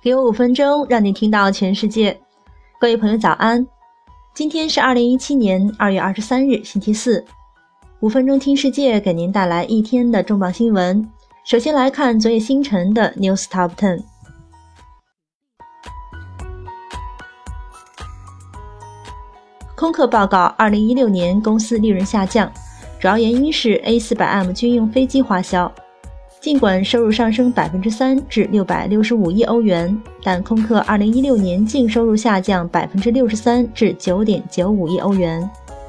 给我5分钟，让你听到全世界。各位朋友早安，今天是2017年2月23日星期四，5分钟听世界给您带来一天的重磅新闻。首先来看昨夜星辰的 News Top 10。空客报告2016年公司利润下降，主要原因是 A400M 军用飞机花销。尽管收入上升 3% 至665亿欧元，但空客2016年净收入下降 63% 至 9.95 亿欧元。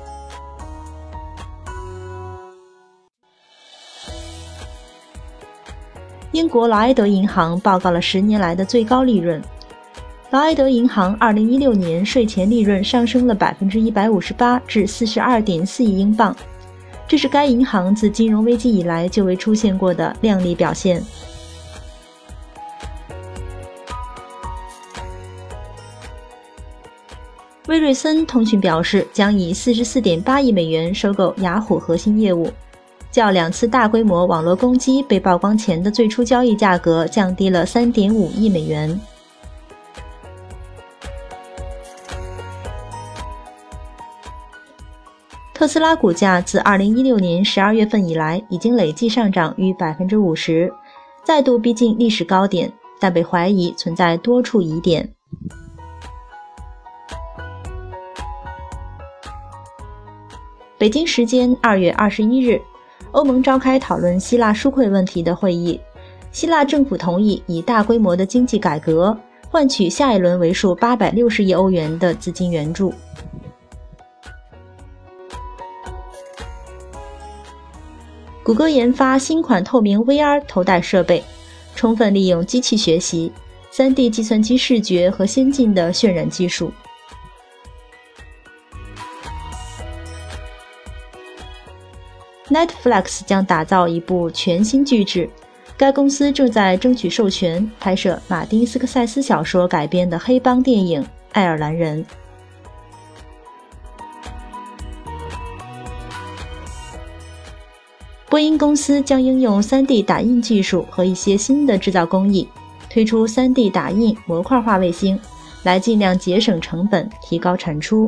英国劳埃德银行报告了10年来的最高利润。劳埃德银行2016年税前利润上升了 158% 至 42.4 亿英镑。这是该银行自金融危机以来就未出现过的亮丽表现。威瑞森通讯表示，将以 44.8 亿美元收购雅虎核心业务，较2次大规模网络攻击被曝光前的最初交易价格降低了 3.5 亿美元。特斯拉股价自2016年12月份以来已经累计上涨逾 50%， 再度逼近历史高点，但被怀疑存在多处疑点。北京时间2月21日，欧盟召开讨论希腊纾困问题的会议，希腊政府同意以大规模的经济改革换取下一轮为数860亿欧元的资金援助。谷歌研发新款透明 VR 头戴设备，充分利用机器学习、3D 计算机视觉和先进的渲染技术。Netflix 将打造一部全新巨制，该公司正在争取授权拍摄马丁·斯科塞斯小说改编的黑帮电影《爱尔兰人》。波音公司将应用 3D 打印技术和一些新的制造工艺，推出 3D 打印模块化卫星，来尽量节省成本，提高产出。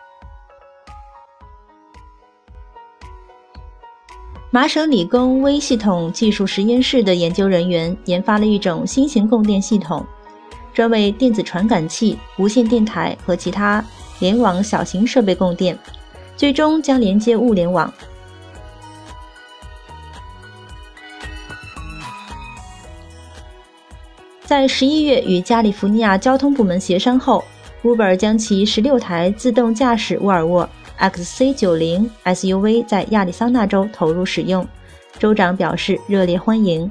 麻省理工微系统技术实验室的研究人员研发了一种新型供电系统，专为电子传感器、无线电台和其他联网小型设备供电，最终将连接物联网。在11月与加利福尼亚交通部门协商后， Uber 将其16台自动驾驶沃尔沃 XC90 SUV 在亚利桑那州投入使用，州长表示热烈欢迎。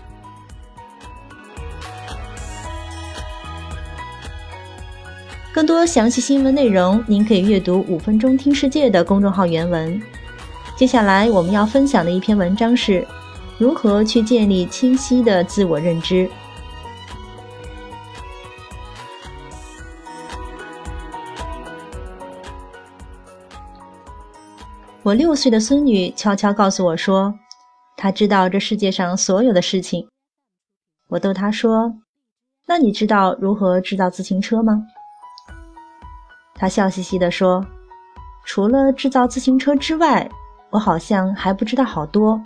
更多详细新闻内容，您可以阅读5分钟听世界的公众号原文。接下来我们要分享的一篇文章是如何去建立清晰的自我认知。我6岁的孙女悄悄告诉我说，她知道这世界上所有的事情。我逗她说，那你知道如何制造自行车吗？她笑嘻嘻地说，除了制造自行车之外，我好像还不知道好多。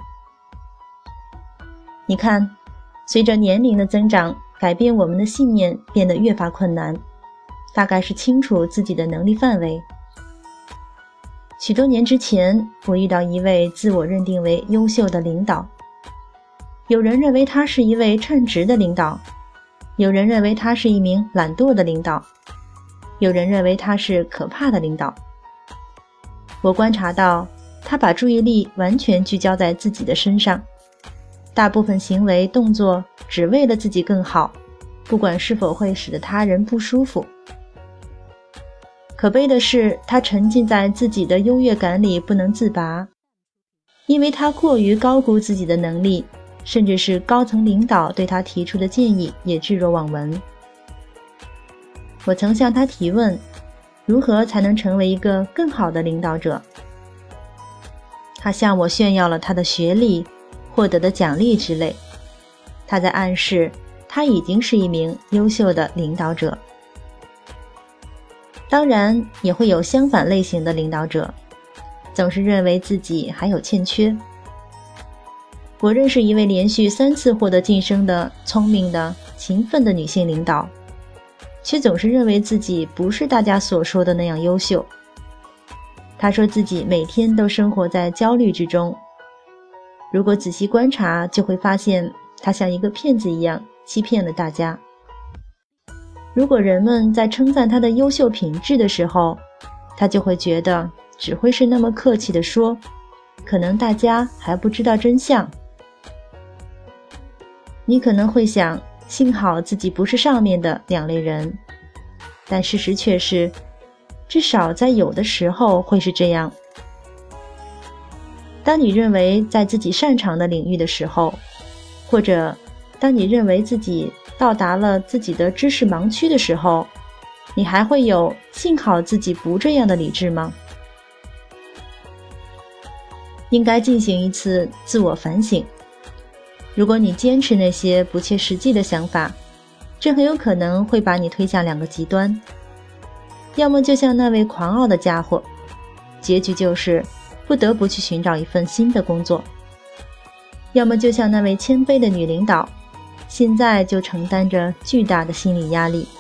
你看，随着年龄的增长，改变我们的信念变得越发困难，大概是清楚自己的能力范围。许多年之前，我遇到一位自我认定为优秀的领导。有人认为他是一位称职的领导，有人认为他是一名懒惰的领导，有人认为他是可怕的领导。我观察到，他把注意力完全聚焦在自己的身上，大部分行为动作只为了自己更好，不管是否会使得他人不舒服。可悲的是，他沉浸在自己的优越感里不能自拔，因为他过于高估自己的能力，甚至是高层领导对他提出的建议也置若罔闻。我曾向他提问，如何才能成为一个更好的领导者？他向我炫耀了他的学历、获得的奖励之类。他在暗示他已经是一名优秀的领导者。当然，也会有相反类型的领导者，总是认为自己还有欠缺。我认识一位连续3次获得晋升的聪明的、勤奋的女性领导，却总是认为自己不是大家所说的那样优秀。她说自己每天都生活在焦虑之中，如果仔细观察，就会发现她像一个骗子一样欺骗了大家。如果人们在称赞她的优秀品质的时候，她就会觉得只会是那么客气地说，可能大家还不知道真相。你可能会想，幸好自己不是上面的2类人，但事实却是，至少在有的时候会是这样。当你认为在自己擅长的领域的时候，或者当你认为自己到达了自己的知识盲区的时候，你还会有幸好自己不这样的理智吗？应该进行一次自我反省。如果你坚持那些不切实际的想法，这很有可能会把你推向2个极端。要么就像那位狂傲的家伙，结局就是不得不去寻找一份新的工作；要么就像那位谦卑的女领导，现在就承担着巨大的心理压力。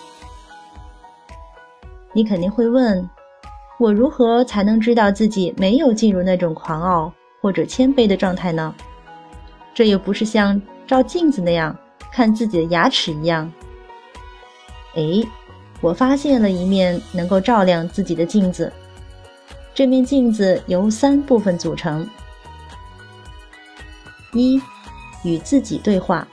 你肯定会问，我如何才能知道自己没有进入那种狂傲或者谦卑的状态呢？这又不是像照镜子那样看自己的牙齿一样。我发现了一面能够照亮自己的镜子。这面镜子由3部分组成。1. 与自己对话。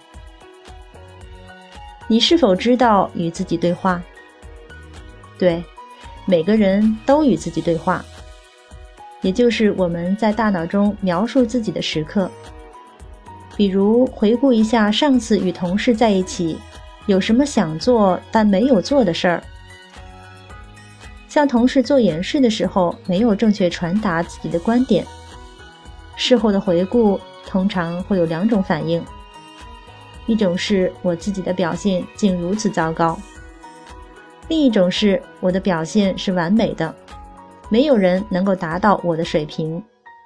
你是否知道与自己对话？对，每个人都与自己对话，也就是我们在大脑中描述自己的时刻。比如回顾一下上次与同事在一起有什么想做但没有做的事儿，向同事做演示的时候没有正确传达自己的观点。事后的回顾通常会有2种反应，一种是我自己的表现竟如此糟糕，另一种是我的表现是完美的，没有人能够达到我的水平。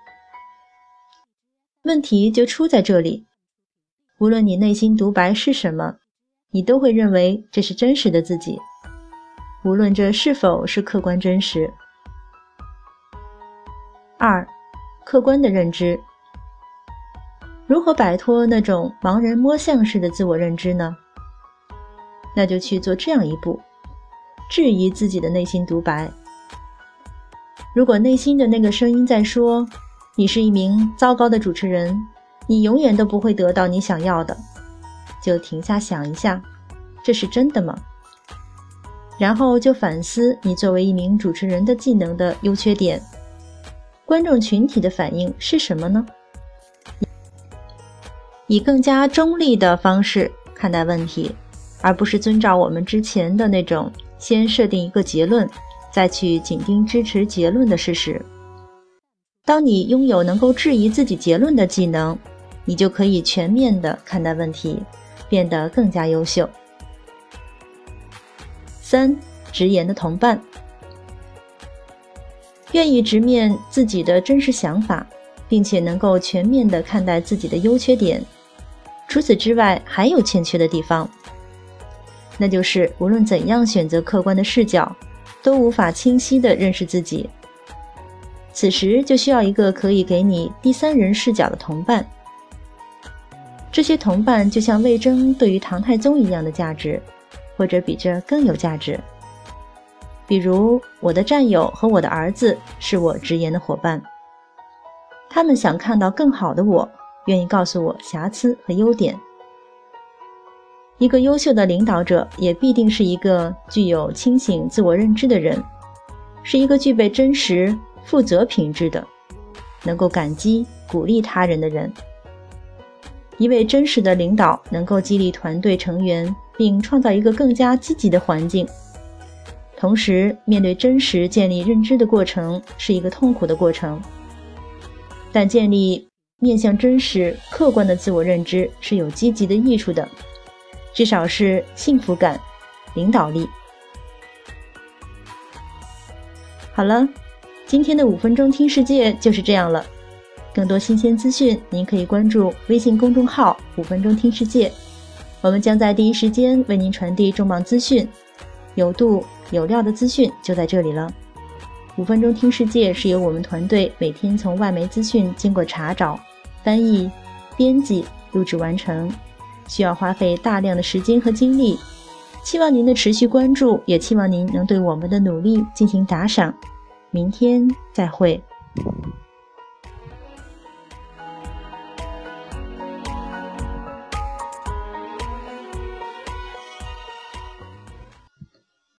问题就出在这里，无论你内心独白是什么，你都会认为这是真实的自己，无论这是否是客观真实。2. 客观的认知。如何摆脱那种盲人摸象式的自我认知呢？那就去做这样一步，质疑自己的内心独白。如果内心的那个声音在说，你是一名糟糕的主持人，你永远都不会得到你想要的，就停下想一下，这是真的吗？然后就反思你作为一名主持人的技能的优缺点，观众群体的反应是什么呢？以更加中立的方式看待问题，而不是遵照我们之前的那种先设定一个结论，再去紧盯支持结论的事实。当你拥有能够质疑自己结论的技能，你就可以全面地看待问题，变得更加优秀。3. 直言的同伴。愿意直面自己的真实想法，并且能够全面地看待自己的优缺点。除此之外，还有欠缺的地方，那就是无论怎样选择客观的视角，都无法清晰地认识自己。此时就需要一个可以给你第3人视角的同伴。这些同伴就像魏征对于唐太宗一样的价值，或者比这更有价值。比如我的战友和我的儿子是我直言的伙伴，他们想看到更好的我，愿意告诉我瑕疵和优点。一个优秀的领导者也必定是一个具有清醒自我认知的人，是一个具备真实负责品质的，能够感激鼓励他人的人。一位真实的领导能够激励团队成员，并创造一个更加积极的环境。同时，面对真实建立认知的过程是一个痛苦的过程，但建立面向真实客观的自我认知是有积极的益处的。 至少是幸福感、领导力。好了，今天的5分钟听世界就是这样了。更多新鲜资讯，您可以关注微信公众号5分钟听世界，我们将在第一时间为您传递重磅资讯，有度有料的资讯就在这里了。5分钟听世界是由我们团队每天从外媒资讯经过查找、翻译、编辑、录制完成，需要花费大量的时间和精力。期望您的持续关注，也期望您能对我们的努力进行打赏。明天再会。